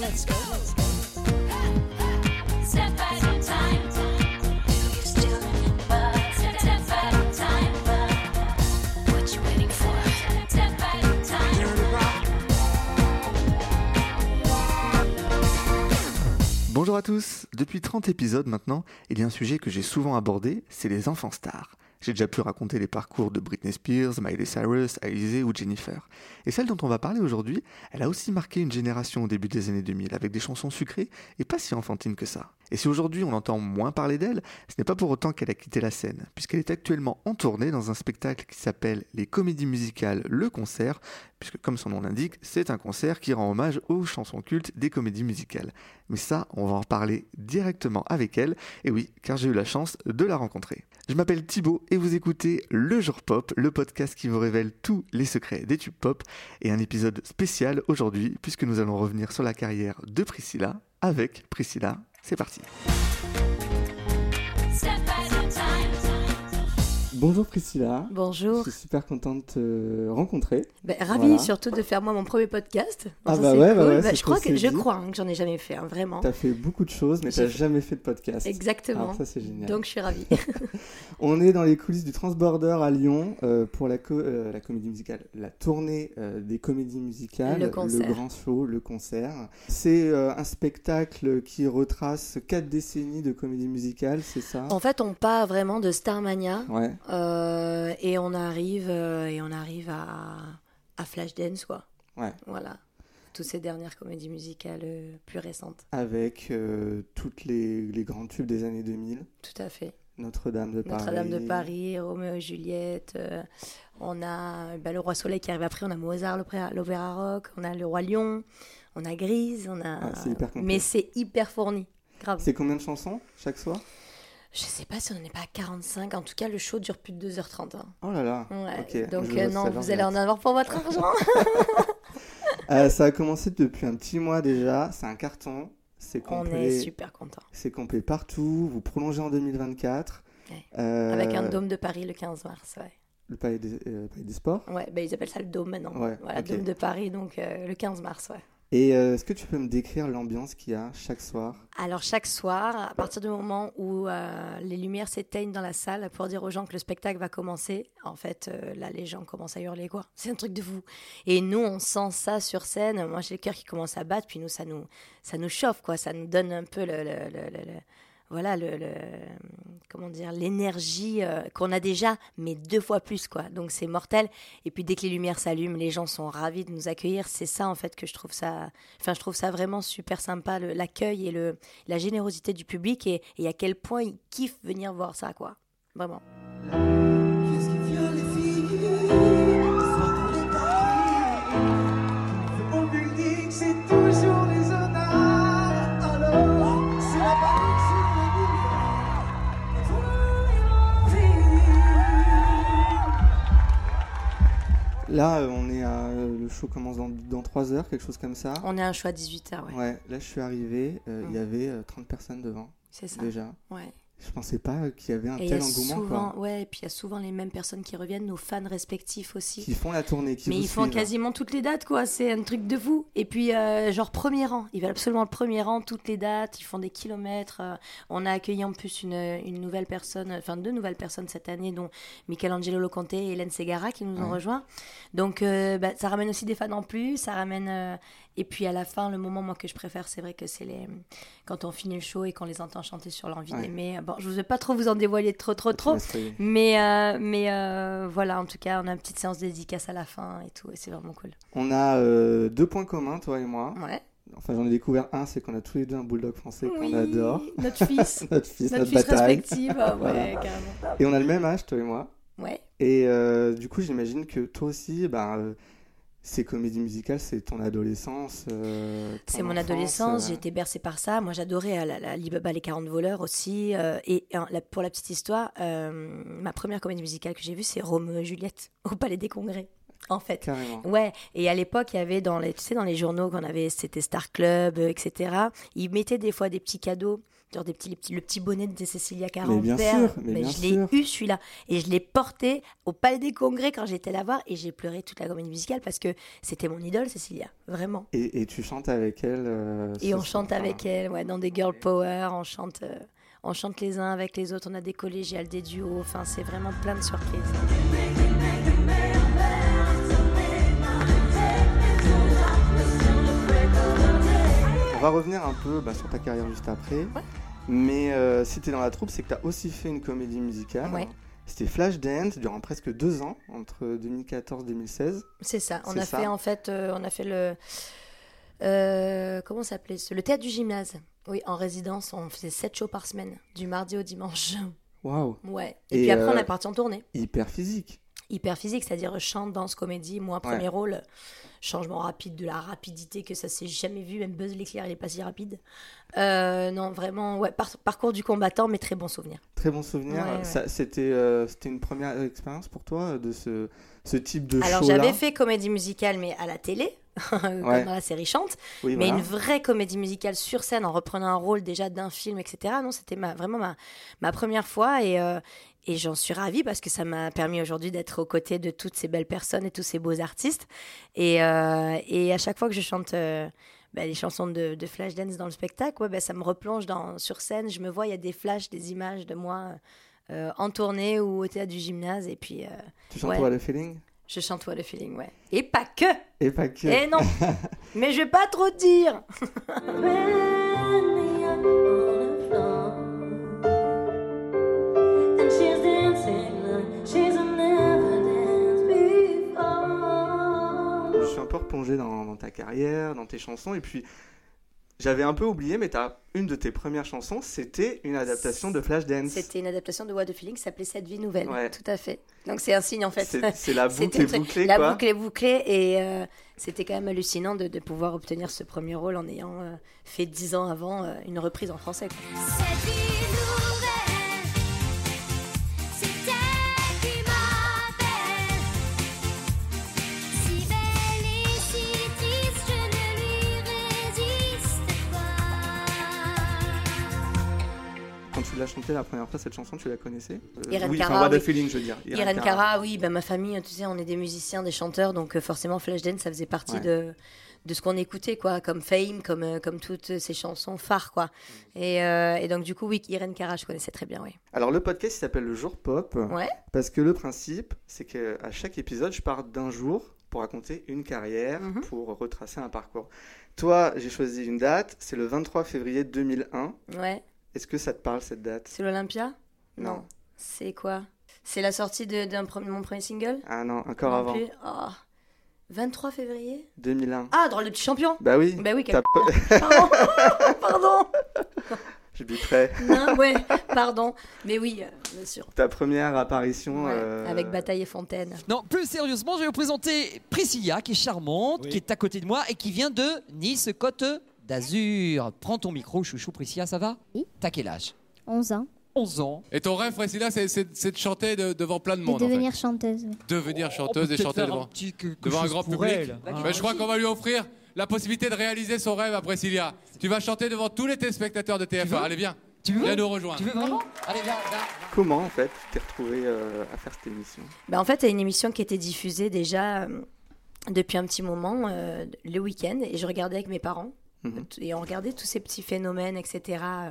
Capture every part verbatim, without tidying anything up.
let's go, let's go. Step at a time. You're still in but step at a time. What you waiting for? Step at a time. Bonjour à tous. Depuis trente épisodes maintenant, il y a un sujet que j'ai souvent abordé, c'est les enfants stars. J'ai déjà pu raconter les parcours de Britney Spears, Miley Cyrus, Alizée ou Jennifer. Et celle dont on va parler aujourd'hui, elle a aussi marqué une génération au début des années deux mille, avec des chansons sucrées et pas si enfantines que ça. Et si aujourd'hui on entend moins parler d'elle, ce n'est pas pour autant qu'elle a quitté la scène, puisqu'elle est actuellement en tournée dans un spectacle qui s'appelle les Comédies Musicales Le Concert, puisque comme son nom l'indique, c'est un concert qui rend hommage aux chansons cultes des comédies musicales. Mais ça, on va en parler directement avec elle, et oui, car j'ai eu la chance de la rencontrer. Je m'appelle Thibaut et vous écoutez Le Jour Pop, le podcast qui vous révèle tous les secrets des tubes pop, et un épisode spécial aujourd'hui, puisque nous allons revenir sur la carrière de Priscilla avec Priscilla. C'est parti. Bonjour Priscilla. Bonjour. Je suis super contente de te rencontrer. Ben, ravie Voilà. surtout de faire moi mon premier podcast. Ah ça, bah c'est ouais, cool. bah ouais, Ben, c'est je crois trop que je saisi. crois hein, que j'en ai jamais fait, hein, vraiment. T'as fait beaucoup de choses, mais J'ai t'as fait- jamais fait de podcast. Exactement. Alors ça c'est génial. Donc je suis ravie. On est dans les coulisses du Transborder à Lyon euh, pour la, co- euh, la comédie musicale, la tournée euh, des comédies musicales, Le concert. grand show, le concert. C'est euh, un spectacle qui retrace quatre décennies de comédie musicale, c'est ça? En fait, on part vraiment de Starmania Ouais, euh, et on arrive euh, et on arrive à, à Flashdance quoi. ouais. Voilà. Toutes ces dernières comédies musicales euh, plus récentes. Avec euh, toutes les, les grands tubes des années deux mille. Tout à fait. Notre-Dame de Paris. Notre-Dame de Paris, Roméo et Juliette. euh, on a ben, le Roi Soleil qui arrive après. On a Mozart, l'opéra, l'opéra rock. On a le Roi Lion. On a Grise. On a. Ah, c'est hyper complet. Mais c'est hyper fourni. Grave. C'est combien de chansons chaque soir? Je sais pas si on n'en est pas à quarante-cinq. En tout cas, le show dure plus de deux heures trente. hein. Oh là là. Ouais. Ok, Donc, je euh, vois non, ça, vous j'en allez en regrette. avoir pour votre argent. Euh, ça a commencé depuis un petit mois déjà. C'est un carton. C'est On complet. est super contents. C'est complet partout. Vous prolongez en deux mille vingt-quatre. Ouais. Euh, Avec un dôme de Paris le quinze mars. Ouais, Le palais des, euh, palais des sports. ouais ben, ils appellent ça le dôme maintenant. Ouais, Voilà, ok. dôme de Paris, donc euh, le quinze mars. Ouais. Et euh, est-ce que tu peux me décrire l'ambiance qu'il y a chaque soir? Alors chaque soir, à partir du moment où euh, les lumières s'éteignent dans la salle pour dire aux gens que le spectacle va commencer, en fait, euh, là, les gens commencent à hurler, quoi. C'est un truc de fou. Et nous, on sent ça sur scène. Moi, j'ai le cœur qui commence à battre, puis nous, ça nous, ça nous chauffe, quoi. Ça nous donne un peu le... le- le- le- le- voilà, le, le- comment dire, l'énergie euh, qu'on a déjà, mais deux fois plus, quoi. Donc, c'est mortel. Et puis, dès que les lumières s'allument, les gens sont ravis de nous accueillir. C'est ça, en fait, que je trouve ça... Enfin, je trouve ça vraiment super sympa, le- l'accueil et le, la générosité du public et, et à quel point ils kiffent venir voir ça, quoi. Vraiment. Qu'est-ce qui vient les filles Soir dans les paris Au building c'est toujours les honneurs. Alors c'est la panique sur les boulevards. Toi et l'envie. Là, euh, on est à, euh, le show commence dans, dans trois heures, quelque chose comme ça. On est à un choix à dix-huit heures, ouais. Ouais, là je suis arrivé, euh, il Mm. y avait euh, trente personnes devant C'est ça. déjà. Ouais. Je pensais pas qu'il y avait un Et il y a tel engouement souvent, quoi. ouais, et puis il y a souvent les mêmes personnes qui reviennent, nos fans respectifs aussi. Qui font la tournée, qui Mais vous ils font suivent. quasiment toutes les dates, quoi. C'est un truc de fou. Et puis, euh, genre, premier rang. Ils veulent absolument le premier rang, toutes les dates. Ils font des kilomètres. Euh, on a accueilli en plus une, une nouvelle personne, enfin deux nouvelles personnes cette année, dont Michelangelo Loconte et Hélène Segara qui nous ont Ouais. rejoints. Donc, euh, bah, ça ramène aussi des fans en plus. Ça ramène. euh, Et puis, à la fin, le moment moi, que je préfère, c'est vrai que c'est les... quand on finit le show et qu'on les entend chanter sur l'envie Ouais. d'aimer. Bon, je ne vais pas trop vous en dévoiler trop, trop, Tu trop. m'as spoilé. Mais, euh, mais euh, voilà, en tout cas, on a une petite séance de dédicace à la fin et tout, et c'est vraiment cool. On a euh, deux points communs, toi et moi. Ouais. Enfin, j'en ai découvert un, c'est qu'on a tous les deux un bulldog français Oui, qu'on adore. notre fils, Notre fils, notre notre, fils bataille. respectif, ah ouais, Voilà. carrément. Et on a le même âge, toi et moi. Ouais, Et euh, du coup, j'imagine que toi aussi, ben, euh, ces comédies musicales, c'est ton adolescence. euh, ton c'est mon enfance, adolescence, euh, j'ai été bercée par ça. Moi, j'adorais euh, la, la, Alibaba, les quarante voleurs aussi. euh, et euh, la- pour la petite histoire, euh, ma première comédie musicale que j'ai vue, c'est Roméo et Juliette au Palais des Congrès. En fait. Carrément. Ouais, et à l'époque, il y avait dans les, tu sais, dans les journaux qu'on avait, c'était Star Club, euh, et cetera. Ils mettaient des fois des petits cadeaux genre des petits, les petits, le petit bonnet de Cécilia Cara Mais en bien vert. sûr, mais bien je l'ai sûr. eu celui-là et je l'ai porté au Palais des Congrès quand j'étais là voir et j'ai pleuré toute la comédie musicale parce que c'était mon idole Cécilia, vraiment. Et, et tu chantes avec elle euh, Et ce on soir. chante avec elle, ouais, dans des girl power, on chante, euh, on chante les uns avec les autres, on a des collégiales, des duos, enfin c'est vraiment plein de surprises. On va revenir un peu bah, sur ta carrière juste après. Mais euh, si t'es dans la troupe, c'est que t'as aussi fait une comédie musicale. Ouais. C'était Flashdance durant presque deux ans, entre deux mille quatorze et deux mille seize. C'est ça, on C'est a ça. fait en fait, euh, on a fait le, euh, comment ça s'appelait ce- le théâtre du gymnase. Oui, en résidence, on faisait sept shows par semaine, du mardi au dimanche. Waouh, Ouais. Et, Et, puis après, euh, on est parti en tournée. hyper physique. Hyper physique, c'est-à-dire chant, danse, comédie. Moi, premier Ouais. rôle, changement rapide, de la rapidité que ça s'est jamais vu. Même Buzz l'éclair, il est pas si rapide. Euh, non, vraiment, ouais, par- parcours du combattant, mais très bon souvenir. Très bon souvenir. Ouais, ouais. Ça, c'était, euh, c'était une première expérience pour toi euh, de ce, ce type de Alors, show-là. j'avais fait comédie musicale, mais à la télé, comme Ouais. dans la série Chante. Oui, Mais voilà. une vraie comédie musicale sur scène en reprenant un rôle déjà d'un film, et cetera. Non, c'était ma, vraiment ma, ma première fois et, euh, et j'en suis ravie parce que ça m'a permis aujourd'hui d'être aux côtés de toutes ces belles personnes et tous ces beaux artistes. Et, euh, et à chaque fois que je chante euh, bah, les chansons de, de Flashdance dans le spectacle, ouais, bah, ça me replonge dans, sur scène. Je me vois, il y a des flashs, des images de moi euh, en tournée ou au théâtre du gymnase. Et puis, euh, Tu chantes ouais. What a Feeling? je chante What a Feeling, ouais. Et pas que Et pas que. Eh non Mais je vais pas trop te dire. Je suis un peu replongé dans, dans ta carrière, dans tes chansons, et puis j'avais un peu oublié, mais t'as, une de tes premières chansons, c'était une adaptation de Flashdance. C'était une adaptation de What a Feeling qui s'appelait Cette vie nouvelle. Ouais. Tout à fait. Donc c'est un signe en fait. C'est, c'est la boucle C'était est le truc. bouclée, La quoi. boucle est bouclée et euh, c'était quand même hallucinant de, de pouvoir obtenir ce premier rôle en ayant euh, fait dix ans avant euh, une reprise en français, quoi. Cette vie nouvelle, c'est elle qui m'appelle. Si belle et si triste, je ne lui résiste pas. Quand tu l'as chantée la première fois, cette chanson, tu la connaissais? Euh, Irène oui, Cara, enfin, What a oui. Feeling, je veux dire. Irène Cara, oui, ben, ma famille, tu sais, on est des musiciens, des chanteurs, donc euh, forcément Flashdance, ça faisait partie Ouais. de, de ce qu'on écoutait, quoi, comme Fame, comme, euh, comme toutes ces chansons phares, quoi. Et, euh, et donc du coup, oui, Irène Cara, je connaissais très bien, oui. Alors le podcast il s'appelle Le Jour Pop, Ouais. parce que le principe, c'est qu'à chaque épisode, je pars d'un jour pour raconter une carrière, Mhm. pour retracer un parcours. Toi, j'ai choisi une date, c'est le vingt-trois février deux mille un. Ouais. Est-ce que ça te parle, cette date? C'est l'Olympia? Non. C'est quoi? C'est la sortie de, d'un pre- mon premier single? Ah non, encore Non avant. plus. Oh. vingt-trois février? deux mille un. Ah, drôle de petit champion! Bah oui, Bah oui, quel... t'as- Pardon! Pardon! je biterai. Non, ouais, pardon. Mais oui, euh, bien sûr. Ta première apparition... Ouais, euh, avec Bataille et Fontaine. Non, plus sérieusement, je vais vous présenter Priscilla, qui est charmante, Oui. qui est à côté de moi et qui vient de Nice Côte d'Azur. Prends ton micro, chouchou. Priscilla, ça va? Oui. T'as quel âge? onze ans. onze ans. Et ton rêve, Priscilla, c'est, c'est- c'est de chanter de- devant plein de De monde. en devenir fait. chanteuse. oui. Devenir On peut chanteuse et peut-être chanter faire devant, un petit quelque devant un chose grand pour public. elle. Mais Ah. je crois qu'on va lui offrir la possibilité de réaliser son rêve à Priscilla. Tu vas chanter devant tous les téléspectateurs de T F un. Tu veux Allez, viens. Tu veux? Viens nous rejoindre. Tu veux vraiment? Allez, viens, viens. Comment, en fait, tu t'es retrouvé euh, à faire cette émission? Bah, en fait, c'est une émission qui était diffusée déjà euh, depuis un petit moment, euh, le week-end, et je regardais avec mes parents. Mhm. Et on regardait tous ces petits phénomènes, et cetera.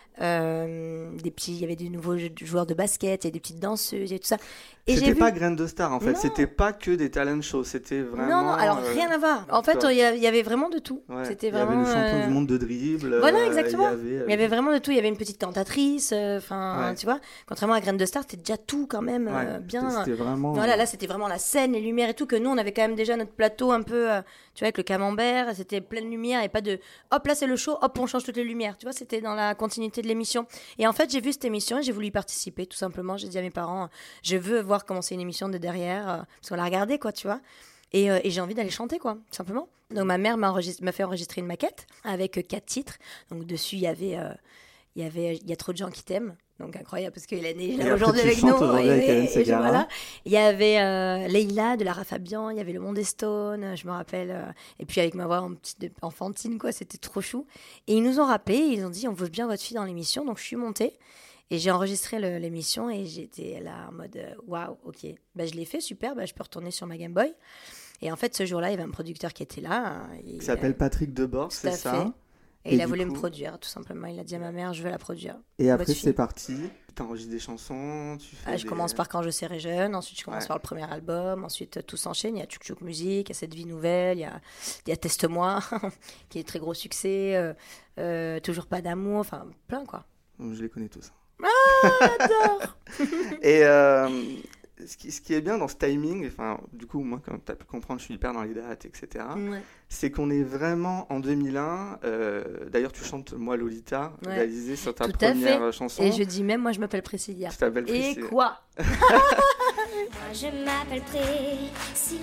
Euh, des petits, il y avait des nouveaux jou- joueurs de basket, et des petites danseuses et tout ça. Et C'était j'ai vu... pas Graines de Star, en fait. Non. C'était pas que des talent shows. C'était vraiment... Non, non, alors euh, rien à voir. En fait, d'accord. il y a- il y avait vraiment de tout. ouais, C'était il y avait vraiment. le champion euh, du monde de dribble. Voilà, euh, exactement. Il y avait, euh, Il y avait vraiment de tout. Il y avait une petite cantatrice. Enfin, Ouais. tu vois. Contrairement à Graines de Star, c'était déjà tout quand même ouais, euh, c'était- bien. C'était vraiment... Voilà, là c'était vraiment la scène, les lumières et tout, que nous on avait quand même déjà notre plateau un peu, euh, tu vois, avec le camembert, c'était pleine lumière et pas de hop là c'est le show, hop on change toutes les lumières, tu vois, c'était dans la continuité de l'émission. Et en fait j'ai vu cette émission et j'ai voulu y participer tout simplement, j'ai dit à mes parents, je veux voir comment c'est une émission de derrière, euh, parce qu'on l'a regardé quoi, tu vois. Et, euh, et j'ai envie d'aller chanter, quoi, tout simplement. Donc ma mère m'a, enregistre- m'a fait enregistrer une maquette avec euh, quatre titres. Donc dessus, il y avait, euh, il y avait, il y a trop de gens qui t'aiment. Donc incroyable parce qu'il est né là, après, aujourd'hui tu avec chantes nous. aujourd'hui avec Hélène et- et Ségara. voilà. Il y avait euh, Leïla de Lara Fabian, il y avait le Monde des Stones, je me rappelle. euh, et puis avec ma voix en petite de- enfantine, quoi, c'était trop chou. Et ils nous ont rappelé, ils ont dit on veut bien votre fille dans l'émission. Donc je suis montée et j'ai enregistré le- l'émission et j'étais là en mode euh, waouh, ok. Bah, je l'ai fait, super, bah, je peux retourner sur ma Game Boy. Et en fait, ce jour-là, il y avait un producteur qui était là. hein, et Qui il s'appelle a- Patrick Debord, Tout c'est à ça. fait. Et, Et il a du voulu coup- me produire, tout simplement. Il a dit à ma mère, je veux la produire. Et après, Votre c'est fille. parti. Tu enregistres des chansons, tu fais Ah, je des- commence par Quand je serai jeune, ensuite je commence Ouais. par le premier album, ensuite euh, tout s'enchaîne. Il y a Tchouk Tchouk Musique, il y a Cette vie nouvelle, il y a, il y a Teste-moi, qui est très gros succès, euh, euh, Toujours pas d'amour, enfin plein quoi. Je les connais tous. J'adore. Et euh, ce, qui, ce qui est bien dans ce timing, enfin, du coup, moi, comme tu as pu comprendre, je suis hyper dans les dates, et cetera. Ouais. C'est qu'on est vraiment en deux mille un. euh, D'ailleurs, tu chantes Moi Lolita, Ouais. réalisé sur ta Tout à première fait. chanson. Et je dis même, moi je m'appelle Priscilla. Tu t'appelles Et Priscilla. quoi? Moi je m'appelle Priscilla.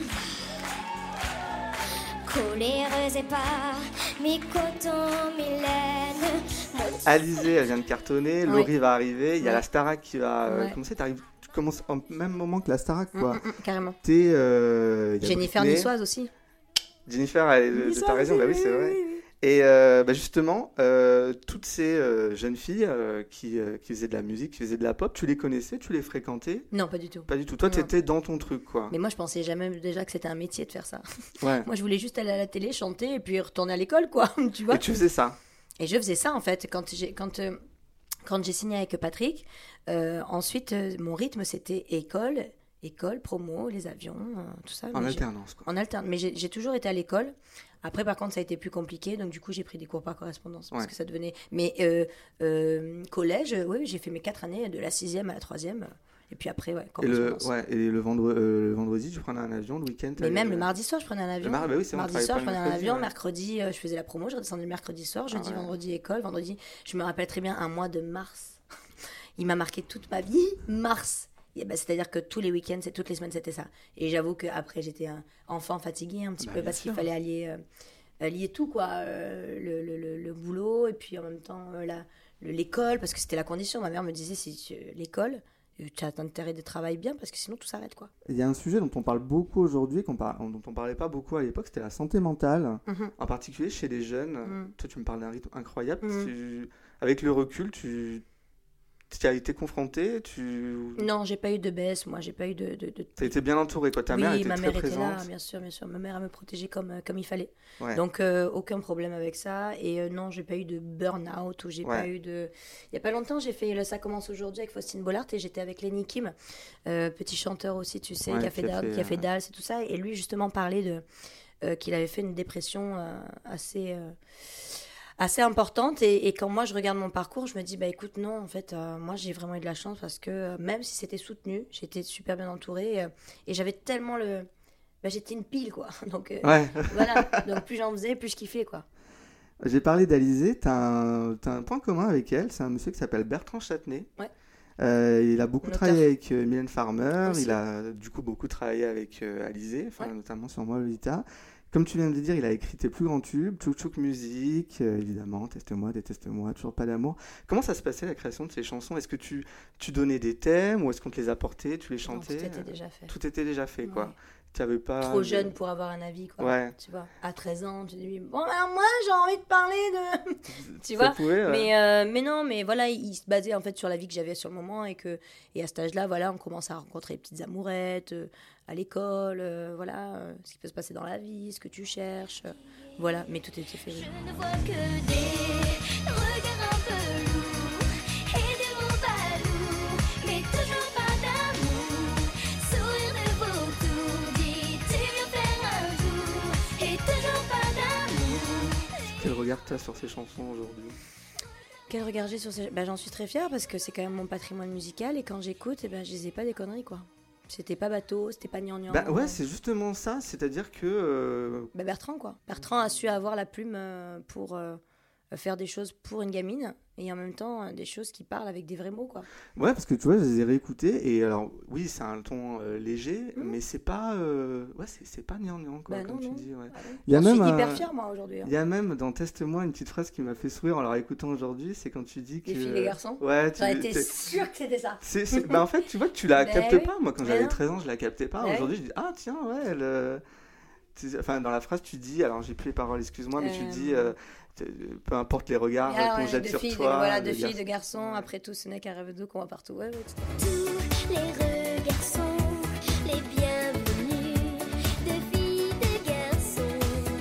Coléreuse et pas mi coton mi laine. Alizée, elle vient de cartonner. Ouais. Laurie va arriver. Il y a Ouais. la Starac qui va euh, Ouais. commencer. T'arrives- Tu commences au même moment que la Starac, Mm, quoi. mm, mm, carrément. T'es. euh, il y a Jennifer Britney. Niçoise aussi. Jennifer, elle est de, de Niçoise, ta région, bah oui, c'est vrai. oui, oui. Et euh, bah justement, euh, toutes ces euh, jeunes filles euh, qui, euh, qui faisaient de la musique, qui faisaient de la pop, tu les connaissais, tu les fréquentais? Non, pas du tout. Pas du tout. Toi, Non. t'étais dans ton truc, quoi. Mais moi je pensais jamais déjà que c'était un métier de faire ça. Ouais. Moi je voulais juste aller à la télé, chanter et puis retourner à l'école quoi, tu vois. Et tu faisais ça. Et je faisais ça en fait quand j'ai quand euh, quand j'ai signé avec Patrick. euh, ensuite, euh, mon rythme c'était école, école, promo, les avions, euh, tout ça. En Mais j'ai- alternance, quoi. En alterne. Mais j'ai j'ai toujours été à l'école. Après, par contre, ça a été plus compliqué. Donc, du coup, j'ai pris des cours par correspondance. Parce Ouais. que ça devenait. Mais euh, euh, collège, euh, oui, j'ai fait mes quatre années de la sixième à la troisième. Et puis après, ouais, Et le, correspondance. ouais, et le, vendre- euh, le vendredi, tu prenais un avion, le week-end. Mais t'allais- même le mardi soir, je prenais un avion. Le mar- bah oui, c'est vrai, on mardi travaillait soir, pas je le prenais un mercredi, avion. ouais. Mercredi, euh, je faisais la promo. Je redescendais le mercredi soir. Jeudi, Ah ouais. vendredi, école. Vendredi, je me rappelle très bien un mois de mars. Il m'a marqué toute ma vie. Mars. Et ben, c'est-à-dire que tous les week-ends, c'est toutes les semaines, c'était ça. Et j'avoue qu'après, j'étais un enfant fatigué un petit Bah, peu bien parce qu'il sûr. fallait allier, euh, allier tout, quoi. euh, le, le- le- le boulot et puis en même temps euh, la- le- l'école, parce que c'était la condition. Ma mère me disait, si tu- l'école, euh, tu as intérêt de travailler bien parce que sinon tout s'arrête, quoi. Il y a un sujet dont on parle beaucoup aujourd'hui, qu'on par- dont on parlait pas beaucoup à l'époque, c'était la santé mentale, Mhm. en particulier chez les jeunes. Mhm. Toi, tu me parles d'un rythme incroyable. Mhm. Tu- Avec le recul, tu tu as été confronté, tu Non, j'ai pas eu de baisse. Moi, j'ai pas eu de. de, de- as été bien entouré, quoi. Ta oui, mère était ma très mère était présente. là, bien sûr, bien sûr. Ma mère, elle me protégeait comme, euh, comme il fallait. Ouais. Donc, euh, aucun problème avec ça. Et euh, non, j'ai pas eu de burn-out ou j'ai Ouais. pas eu de. Il y a pas longtemps, j'ai fait le Ça commence aujourd'hui avec Faustine Bollard et j'étais avec Lenny Kim, euh, petit chanteur aussi, tu sais, Ouais, qui a fait, qui a Dal- fait, qui a fait euh, Dals et tout ça. Et lui, justement, parlait de. euh, qu'il avait fait une dépression euh, assez. euh, assez importante et, et quand moi je regarde mon parcours je me dis bah écoute non en fait euh, moi j'ai vraiment eu de la chance parce que euh, même si c'était soutenu j'étais super bien entourée euh, et j'avais tellement le bah, j'étais une pile quoi donc euh, Ouais. voilà donc plus j'en faisais plus je kiffais quoi. J'ai parlé d'Alizée, tu as, un point commun avec elle, c'est un monsieur qui s'appelle Bertrand Châtenay. Ouais. Euh, il a beaucoup Notaire. travaillé avec euh, Mylène Farmer, Aussi. il a du coup beaucoup travaillé avec euh, Alizée, enfin, Ouais. notamment sur Moi Lolita. Comme tu viens de le dire, il a écrit tes plus grands tubes, Tchouk Tchouk Musique, euh, évidemment, Teste-moi, Déteste-moi, Toujours pas d'amour. Comment ça se passait la création de ces chansons? Est-ce que tu, tu donnais des thèmes ou est-ce qu'on te les apportait, tu les Non, tout chantais? était déjà fait. Tout était déjà fait, quoi. Ouais. Tu avais pas Trop de- jeune pour avoir un avis quoi. Ouais. Tu vois à treize ans tu dis bon alors moi j'ai envie de parler de tu Ça vois pouvait, ouais. mais euh, mais non mais voilà il, il se basait en fait sur la vie que j'avais sur le moment et que et à cet âge-là voilà on commence à rencontrer les petites amourettes euh, à l'école euh, voilà euh, ce qui peut se passer dans la vie ce que tu cherches euh, voilà mais tout était fait oui. Je ne vois que des regards un peu lourds et des mots balourds, mais toujours pas d'amour. Sourire de vautour, dit tu viens faire un tour et toujours pas d'amour. Quel regard tu as sur ces chansons aujourd'hui? Quel regard j'ai sur ces... bah, j'en suis très fière parce que c'est quand même mon patrimoine musical et quand j'écoute eh ben je disais pas des conneries quoi. C'était pas bateau, c'était pas gnangnan. Bah ouais, c'est justement ça, c'est-à-dire que... euh, Bah, Bertrand quoi. Bertrand a su avoir la plume euh, pour euh, euh, faire des choses pour une gamine et en même temps euh, des choses qui parlent avec des vrais mots, quoi. Ouais, parce que tu vois, je les ai réécoutés et alors, oui, c'est un ton euh, léger, Mhm. mais c'est pas. euh, Ouais, c'est, c'est pas gnangnan, quoi, Bah comme non, tu non. dis. Ouais. Ah non. Il y a J'en même suis un- hyper fière, moi, aujourd'hui. hein. Il y a même dans Teste-moi une petite phrase qui m'a fait sourire en la réécoutant aujourd'hui, c'est quand tu dis que. Les filles, les garçons. Ouais, tu J'aurais été t'es- sûre que c'était ça. c'est, c'est- Bah, en fait, tu vois, tu la Ben captes oui. pas. Moi, quand Ben j'avais non. treize ans, je la captais pas. Ben Aujourd'hui, je dis, ah, tiens, ouais, elle. euh, tu- Enfin, dans la phrase, tu dis, alors j'ai plus les paroles, excuse-moi, mais tu Euh, dis, euh, t- peu importe les regards Ah qu'on ouais, jette de sur filles, de- toi. voilà, les de filles, garçons. de garçons. Ouais. Après tout, ce n'est qu'un rêve d'eau qu'on voit partout. Ouais, ouais, tout à fait. Tous les regards sont les bienvenus, de filles, de garçons.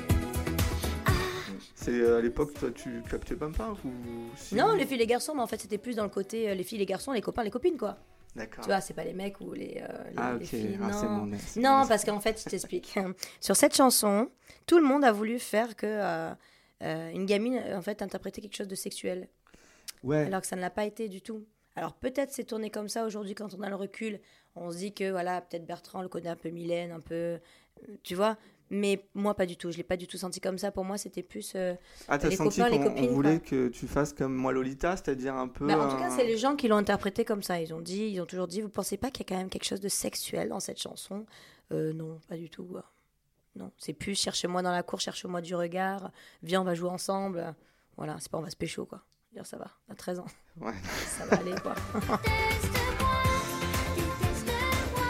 C'est euh, à l'époque, toi, tu captais même pas ou si... Non, les filles, les garçons, mais en fait, c'était plus dans le côté euh, les filles, les garçons, les copains, les copines, quoi. D'accord. Tu vois, c'est pas les mecs ou les, euh, les, Ah, les ok. filles. Ah, Non, c'est mon c'est non mon- parce qu'en fait, je t'explique. Sur cette chanson, tout le monde a voulu faire que euh, euh, une gamine, en fait, interprétait quelque chose de sexuel, Ouais. alors que ça ne l'a pas été du tout. Alors peut-être c'est tourné comme ça aujourd'hui quand on a le recul. On se dit que voilà, peut-être Bertrand le connaît un peu Mylène, un peu, euh, tu vois. Mais moi pas du tout. Je l'ai pas du tout senti comme ça. Pour moi, c'était plus. euh, Ah, t'as les senti copains, les qu'on on copines, voulait quoi. que tu fasses comme moi Lolita, c'est-à-dire un peu. Bah, en tout cas, un- c'est les gens qui l'ont interprété comme ça. Ils ont dit, ils ont toujours dit, vous pensez pas qu'il y a quand même quelque chose de sexuel dans cette chanson? Euh, Non, pas du tout. Non, c'est plus cherchez-moi dans la cour, cherche-moi du regard. Viens, on va jouer ensemble. Voilà, c'est pas on va se pécho, quoi. Je veux dire, ça va. À treize ans, Ouais. ça va aller, quoi. Teste-moi, déteste-moi,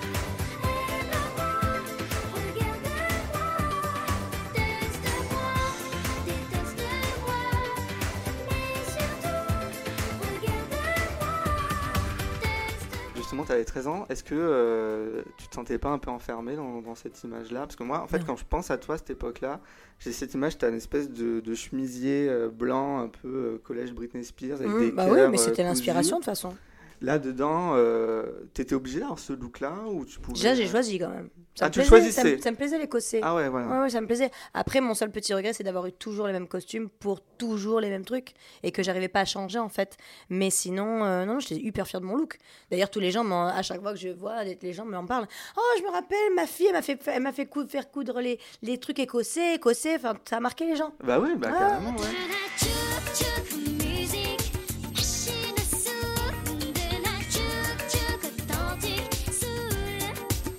aime-moi, regarde-moi. Teste-moi, déteste-moi, mais surtout, regarde-moi. Justement, tu avais treize ans. Est-ce que euh, tu te sentais pas un peu enfermé dans, dans cette image-là? Parce que moi, en fait, Non. quand je pense à toi à cette époque-là, j'ai cette image, tu as une espèce de, de chemisier euh, blanc, un peu euh, collège Britney Spears, avec des Mmh, bah cœurs, oui, mais euh, c'était cousus. l'inspiration de toute façon. Là-dedans, euh, t'étais obligé d'avoir ce look-là ou tu pouvais... Déjà, j'ai choisi quand même. Ça Ah, me tu plaisait, choisissais. ça me, ça me plaisait l'écossais. Ah ouais, voilà. Ouais, ouais, ça me plaisait. Après, mon seul petit regret, c'est d'avoir eu toujours les mêmes costumes pour toujours les mêmes trucs et que j'arrivais pas à changer en fait. Mais sinon, euh, non, j'étais hyper fière de mon look. D'ailleurs, tous les gens, m'en- à chaque fois que je vois, les, les gens m'en parlent. Oh, je me rappelle, ma fille, elle m'a fait, elle m'a fait cou- faire coudre les, les trucs écossais, écossais. Enfin, ça a marqué les gens. Bah ouais, bah Ah. carrément, ouais. De la tchouk-tchouk musique, machine à sous. De la tchouk-tchouk authentique, saoule.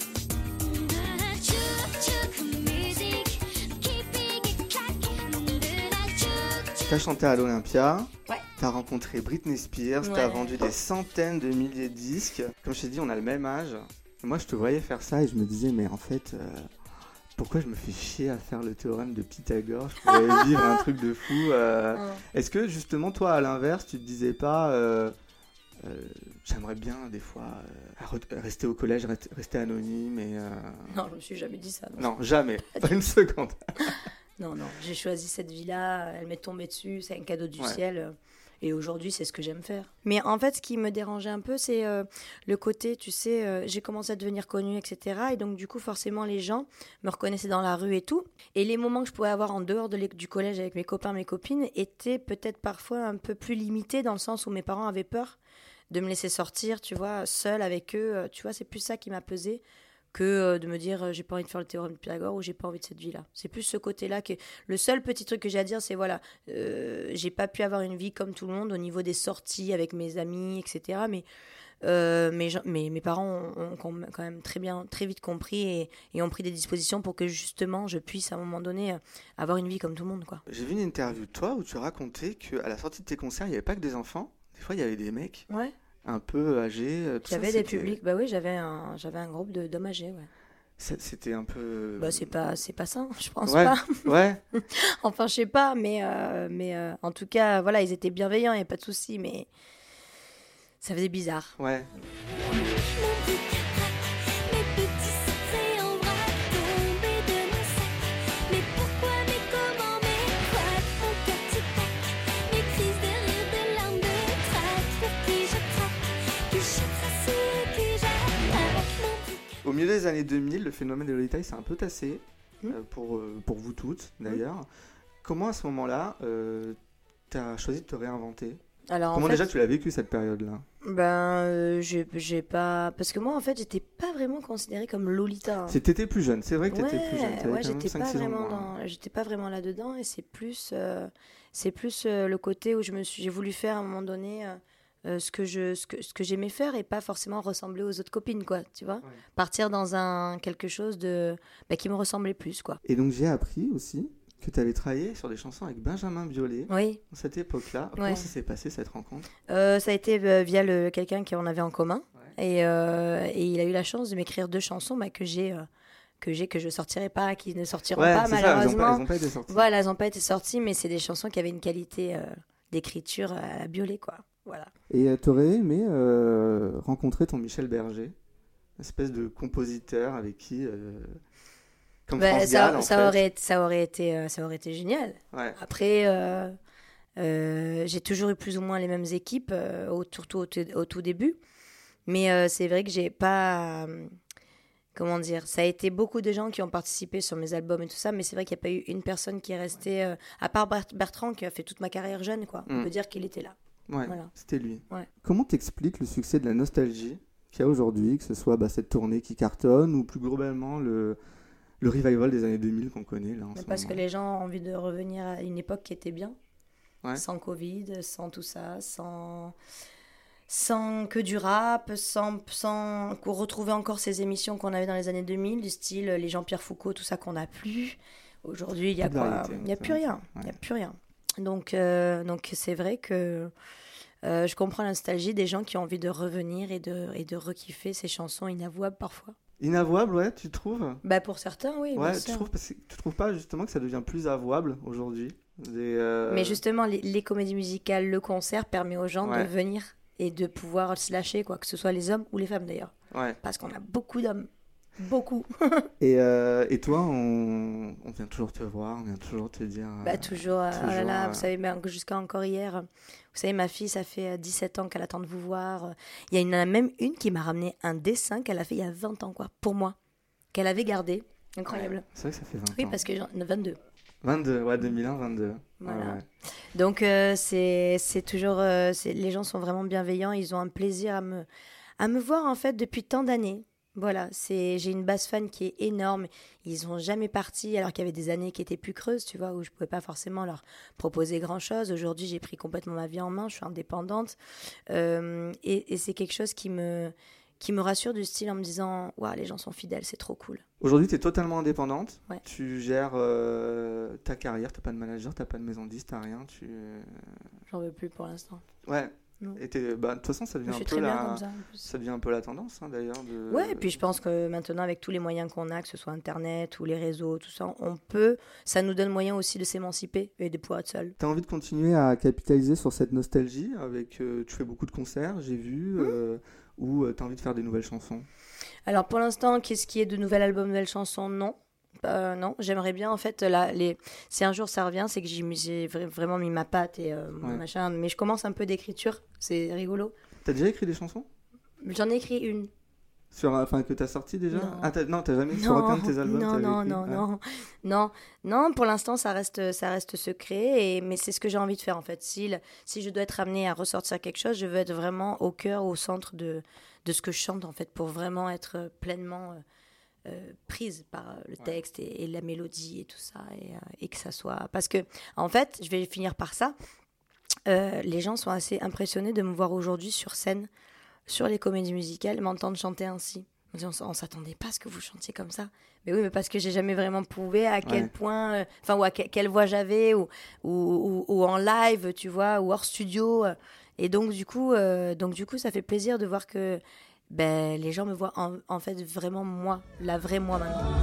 De la tchouk-tchouk musique, qui pique et claque. De la tchouk-tchouk. T'as chanté à l'Olympia, Ouais. t'as rencontré Britney Spears, Ouais. t'as vendu des centaines de milliers de disques. Comme je t'ai dit, on a le même âge. Moi, je te voyais faire ça et je me disais, mais en fait, euh, pourquoi je me fais chier à faire le théorème de Pythagore? Je pourrais vivre un truc de fou. euh. Hein. Est-ce que justement, toi, à l'inverse, tu te disais pas, euh, euh, j'aimerais bien des fois euh, re- rester au collège, rest- rester anonyme et... euh, Non, je me suis jamais dit ça. non. Non, jamais, pas une seconde. Non, non, j'ai choisi cette vie-là, elle m'est tombée dessus, c'est un cadeau du Ouais. ciel. euh, Et aujourd'hui, c'est ce que j'aime faire. Mais en fait, ce qui me dérangeait un peu, c'est euh, le côté, tu sais, euh, j'ai commencé à devenir connue, et cetera. Et donc, du coup, forcément, les gens me reconnaissaient dans la rue et tout. Et les moments que je pouvais avoir en dehors de l'é- du collège avec mes copains, mes copines, étaient peut-être parfois un peu plus limités dans le sens où mes parents avaient peur de me laisser sortir, tu vois, seule avec eux. Euh, Tu vois, c'est plus ça qui m'a pesé que euh, de me dire euh, j'ai pas envie de faire le théorème de Pythagore ou j'ai pas envie de cette vie-là. C'est plus ce côté-là que le seul petit truc que j'ai à dire, c'est voilà, euh, j'ai pas pu avoir une vie comme tout le monde au niveau des sorties avec mes amis, et cetera. Mais euh, mes, gens- mes, mes parents ont, ont quand même- quand même très bien, très vite compris et, et ont pris des dispositions pour que justement je puisse à un moment donné euh, avoir une vie comme tout le monde, quoi. J'ai vu une interview de toi où tu racontais qu'à la sortie de tes concerts, il n'y avait pas que des enfants. Des fois, il y avait des mecs Ouais. un peu âgés. euh, tout ça, J'avais des c'était- publics, bah oui, j'avais un, j'avais un groupe de, d'hommes âgés, ouais. c'est- C'était un peu... Bah c'est pas, c'est pas ça, je pense Ouais. pas. Ouais, Enfin, je sais pas, mais, euh, mais euh, en tout cas, voilà, ils étaient bienveillants, il n'y a pas de souci, mais ça faisait bizarre. ouais. Mon petit crac, mes petits secrets en vrac, tombés de mon sac. Mais pourquoi, mais comment, mais quoi? Mon cœur tic-tac, mes crises de rire, de larmes, de craque. Pour qui je craque, qui je trace et qui j'attaque. Mon petit Au milieu des années deux mille, le phénomène de Lolita il s'est un peu tassé, Mm. euh, pour, euh, pour vous toutes d'ailleurs. Comment à ce moment-là, euh, tu as choisi de te réinventer? Alors, Comment en fait, déjà tu l'as vécu cette période-là? Ben, euh, j'ai j'ai pas... Parce que moi, en fait, j'étais pas vraiment considérée comme Lolita. hein. C'est- T'étais plus jeune, c'est vrai que t'étais Ouais, plus jeune. t'avais ouais, quand même j'étais cinq, pas six ans de vraiment moins. dans, j'étais pas vraiment là-dedans et c'est plus, euh, c'est plus euh, le côté où je me suis, j'ai voulu faire à un moment donné euh, euh, ce que je, ce que, ce que j'aimais faire et pas forcément ressembler aux autres copines, quoi, tu vois. Partir dans un quelque chose de, bah, qui me ressemblait plus, quoi. Et donc j'ai appris aussi que tu avais travaillé sur des chansons avec Benjamin Biolay Oui, à cette époque-là. Comment Ouais. ça s'est passé cette rencontre? Euh, ça a été euh, via le quelqu'un qu'on avait en commun Ouais. et, euh, et il a eu la chance de m'écrire deux chansons bah, que j'ai, euh, que j'ai, que je sortirai pas, qui ne sortiront Ouais, pas c'est ça, elles ont pas, malheureusement. elles ont pas été sorties. Voilà, elles n'ont pas été sorties, mais c'est des chansons qui avaient une qualité euh, d'écriture à la Biolay, quoi. Voilà. Et tu aurais aimé euh, rencontrer ton Michel Berger, une espèce de compositeur avec qui, euh, comme Bah, France ça, Gall, en ça fait. aurait, ça aurait été, euh, ça aurait été génial. Ouais. Après, euh, euh, j'ai toujours eu plus ou moins les mêmes équipes, euh, au, surtout au, tout- au tout début. Mais euh, c'est vrai que j'ai pas. euh, comment dire? Ça a été beaucoup de gens qui ont participé sur mes albums et tout ça, mais c'est vrai qu'il n'y a pas eu une personne qui est restée. euh, à part Bert- Bertrand, qui a fait toute ma carrière jeune, quoi. On Mm. peut dire qu'il était là. Ouais, Voilà. c'était lui. Ouais. Comment t'expliques le succès de la nostalgie qu'il y a aujourd'hui, que ce soit bah, cette tournée qui cartonne ou plus globalement le, le revival des années deux mille qu'on connaît là en Mais ce parce que moment? les gens ont envie de revenir à une époque qui était bien, Ouais. sans Covid, sans tout ça, sans, sans que du rap, sans, sans qu'on retrouvait encore ces émissions qu'on avait dans les années deux mille, du style les Jean-Pierre Foucault, tout ça qu'on n'a plus. Aujourd'hui, il n'y a, Plus de quoi variété, il y a c'est plus vrai, rien. ouais. Il y a plus rien. Donc, euh, donc c'est vrai que euh, je comprends la nostalgie des gens qui ont envie de revenir et de, et de rekiffer ces chansons inavouables parfois. Inavouable, ouais, tu trouves? Bah pour certains, oui, Ouais, bien tu sûr. trouves, parce que tu trouves pas justement que ça devient plus avouable aujourd'hui? Des, euh, Mais justement, les, les comédies musicales, le concert permet aux gens Ouais. de venir et de pouvoir se lâcher, quoi, que ce soit les hommes ou les femmes d'ailleurs. Ouais. Parce qu'on a beaucoup d'hommes. Beaucoup. Et, euh, et toi, on, on vient toujours te voir, on vient toujours te dire. euh, Bah toujours, euh, oh là toujours, là, euh, vous savez, mais jusqu'à encore hier, euh, vous savez, ma fille, ça fait euh, dix-sept ans qu'elle attend de vous voir. euh. Il y a une, même une qui m'a ramené un dessin qu'elle a fait il y a vingt ans, quoi, pour moi, qu'elle avait gardé. Incroyable. C'est vrai que ça fait vingt Oui, ans. parce que j'en vingt-deux. vingt-deux, ouais, deux mille un, vingt-deux. Voilà. Ouais, ouais. Donc euh, c'est c'est toujours euh, c'est- les gens sont vraiment bienveillants, ils ont un plaisir à me à me voir en fait depuis tant d'années. Voilà, c'est j'ai une base fan qui est énorme. Ils ont jamais parti alors qu'il y avait des années qui étaient plus creuses, tu vois, où je pouvais pas forcément leur proposer grand chose. Aujourd'hui, j'ai pris complètement ma vie en main, je suis indépendante. Euh, et, et c'est quelque chose qui me qui me rassure du style en me disant waouh, les gens sont fidèles, c'est trop cool. Aujourd'hui, tu es totalement indépendante. Ouais. Tu gères euh, ta carrière, t'as pas de manager, t'as pas de maison de disque, t'as rien. Tu... J'en veux plus pour l'instant. Ouais. Non. Et t'es- bah, de toute façon, ça Je devient, un suis peu très bien la... comme ça. en plus. ça devient un peu la tendance, hein, d'ailleurs. De... Ouais, et puis je pense que maintenant, avec tous les moyens qu'on a, que ce soit Internet ou les réseaux, tout ça, on peut, ça nous donne moyen aussi de s'émanciper et de pouvoir être seul. T'as envie de continuer à capitaliser sur cette nostalgie avec, euh, tu fais beaucoup de concerts, j'ai vu, Mmh. euh, ou euh, t'as envie de faire des nouvelles chansons? Alors pour l'instant, qu'est-ce qui est de nouvel album, nouvelles chansons? Non. Euh, non, j'aimerais bien en fait là, les... si un jour ça revient, c'est que j'ai mis- j'ai vra- vraiment mis ma patte et euh, mon Ouais. machin, mais je commence un peu d'écriture, c'est rigolo. T'as déjà écrit des chansons J'en ai écrit une. sur, enfin, que t'as sorti déjà? Non. Ah, t'as... non, t'as jamais sur aucun de tes albums? non, t'avais non, écrit non, Ah. non, non, non. Pour l'instant, ça reste, ça reste secret. Et mais c'est ce que j'ai envie de faire en fait. Si, le- si je dois être amenée à ressortir quelque chose, je veux être vraiment au cœur, au centre de de ce que je chante en fait, pour vraiment être pleinement euh, euh, prise par euh, le texte et, et la mélodie et tout ça, et, euh, et que ça soit. Parce que en fait, je vais finir par ça. Euh, les gens sont assez impressionnés de me voir aujourd'hui sur scène, sur les comédies musicales, m'entendre chanter ainsi. On dit, on s- on s'attendait pas à ce que vous chantiez comme ça. Mais oui, mais parce que j'ai jamais vraiment prouvé à quel Ouais. point, euh, enfin, ou à que- quelle voix j'avais, ou, ou, ou, ou en live, tu vois, ou hors studio. euh. Et donc, du coup, euh, donc, du coup, ça fait plaisir de voir que ben, les gens me voient en, en fait vraiment moi, la vraie moi maintenant.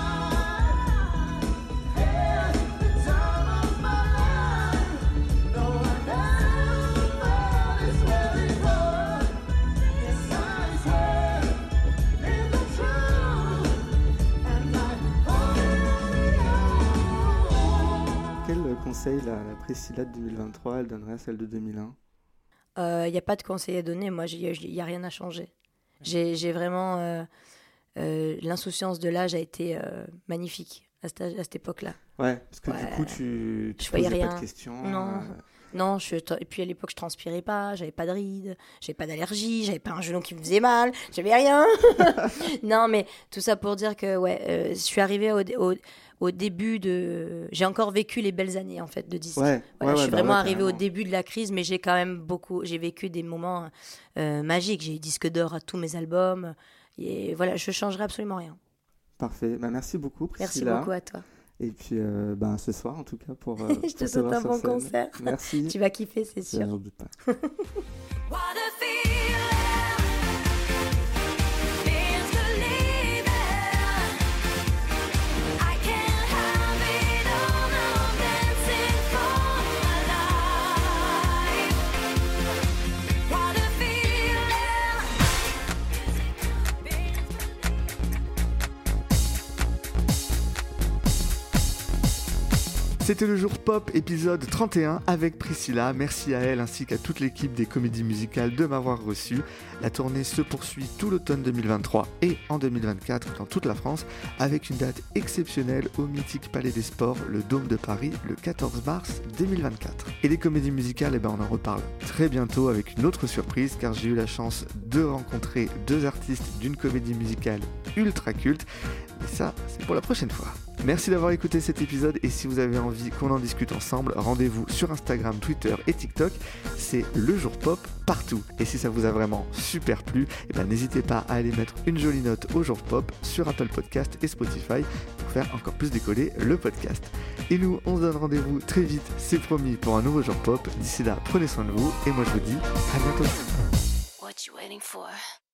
Quel euh, conseil la, la Priscilla de deux mille vingt-trois, elle donnerait à celle de deux mille un? Il n'y a pas de conseil à donner. Moi, il n'y a rien à changer. J'ai j'ai vraiment. euh, euh, L'insouciance de l'âge a été euh, magnifique à cette, à cette époque-là. Ouais, parce que du Ouais. coup, tu, tu Je voyais posais pas rien. de questions. Non. euh, Non, je, et puis à l'époque, je transpirais pas, j'avais pas de rides, j'avais pas d'allergie, j'avais pas un genou qui me faisait mal, j'avais rien. Non, mais tout ça pour dire que ouais, euh, je suis arrivée au, au, au début de... J'ai encore vécu les belles années, en fait, de disque. Ouais, Voilà, ouais, je suis bah vraiment ouais, arrivée au carrément. début de la crise, mais j'ai quand même beaucoup... J'ai vécu des moments euh, magiques. J'ai eu disque d'or à tous mes albums. Et voilà, je changerai absolument rien. Parfait. Bah, merci beaucoup, Merci Priscilla. beaucoup à toi. Et puis, euh, ben, ce soir, en tout cas, pour. euh, Je te pour souhaite voir un sur bon scène. concert. Merci. Tu vas kiffer, c'est Je sûr. n'en doute pas. What a feeling, means believing. I can't have it all now. I'm dancing for my life. What a feeling, means C'était le jour pop épisode trente et un avec Priscilla. Merci à elle ainsi qu'à toute l'équipe des comédies musicales de m'avoir reçu. La tournée se poursuit tout l'automne deux mille vingt-trois et en deux mille vingt-quatre dans toute la France avec une date exceptionnelle au mythique Palais des Sports, le Dôme de Paris, le quatorze mars deux mille vingt-quatre. Et les comédies musicales, eh ben on en reparle très bientôt avec une autre surprise car j'ai eu la chance de rencontrer deux artistes d'une comédie musicale ultra culte. Mais ça, c'est pour la prochaine fois. Merci d'avoir écouté cet épisode et si vous avez envie qu'on en discute ensemble, rendez-vous sur Instagram, Twitter et TikTok. C'est le jour pop partout. Et si ça vous a vraiment super plu, eh ben n'hésitez pas à aller mettre une jolie note au jour pop sur Apple Podcast et Spotify pour faire encore plus décoller le podcast. Et nous, on se donne rendez-vous très vite, c'est promis, pour un nouveau jour pop. D'ici là, prenez soin de vous et moi je vous dis à bientôt. what you waiting for?